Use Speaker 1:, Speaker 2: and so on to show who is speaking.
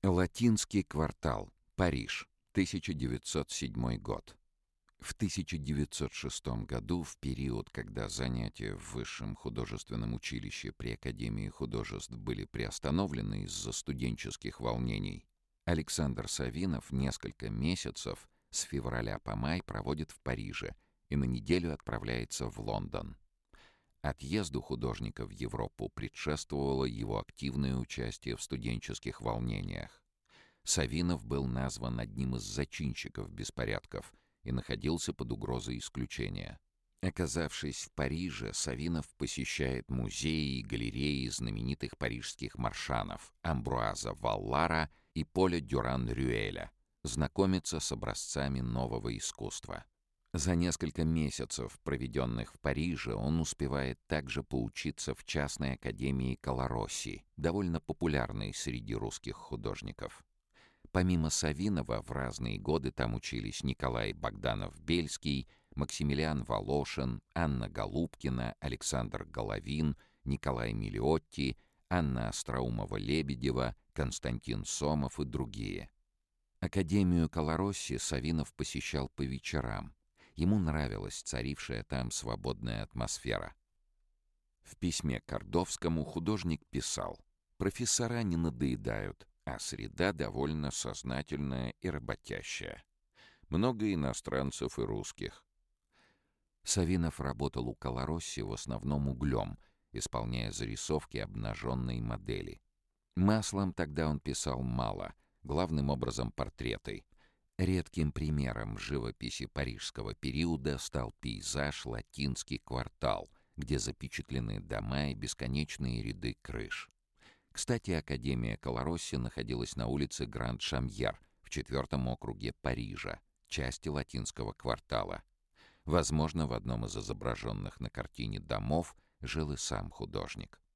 Speaker 1: Латинский квартал. Париж. 1907 год. В 1906 году, в период, когда занятия в Высшем художественном училище при Академии художеств были приостановлены из-за студенческих волнений, Александр Савинов несколько месяцев с февраля по май проводит в Париже и на неделю отправляется в Лондон. Отъезду художника в Европу предшествовало его активное участие в студенческих волнениях. Савинов был назван одним из зачинщиков беспорядков и находился под угрозой исключения. Оказавшись в Париже, Савинов посещает музеи и галереи знаменитых парижских маршанов Амбруаза Валлара и Поля Дюран-Рюэля, знакомится с образцами нового искусства. За несколько месяцев, проведенных в Париже, он успевает также поучиться в частной академии Колоросси, довольно популярной среди русских художников. Помимо Савинова, в разные годы там учились Николай Богданов-Бельский, Максимилиан Волошин, Анна Голубкина, Александр Головин, Николай Миллиотти, Анна Остроумова-Лебедева, Константин Сомов и другие. Академию Колоросси Савинов посещал по вечерам. Ему нравилась царившая там свободная атмосфера. В письме Кордовскому художник писал: «Профессора не надоедают, а среда довольно сознательная и работящая. Много иностранцев и русских». Савинов работал у Колоросси в основном углем, исполняя зарисовки обнаженной модели. Маслом тогда он писал мало, главным образом портреты. Редким примером живописи парижского периода стал пейзаж «Латинский квартал», где запечатлены дома и бесконечные ряды крыш. Кстати, Академия Колоросси находилась на улице Гранд-Шамьер в 4-м округе Парижа, части Латинского квартала. Возможно, в одном из изображенных на картине домов жил и сам художник.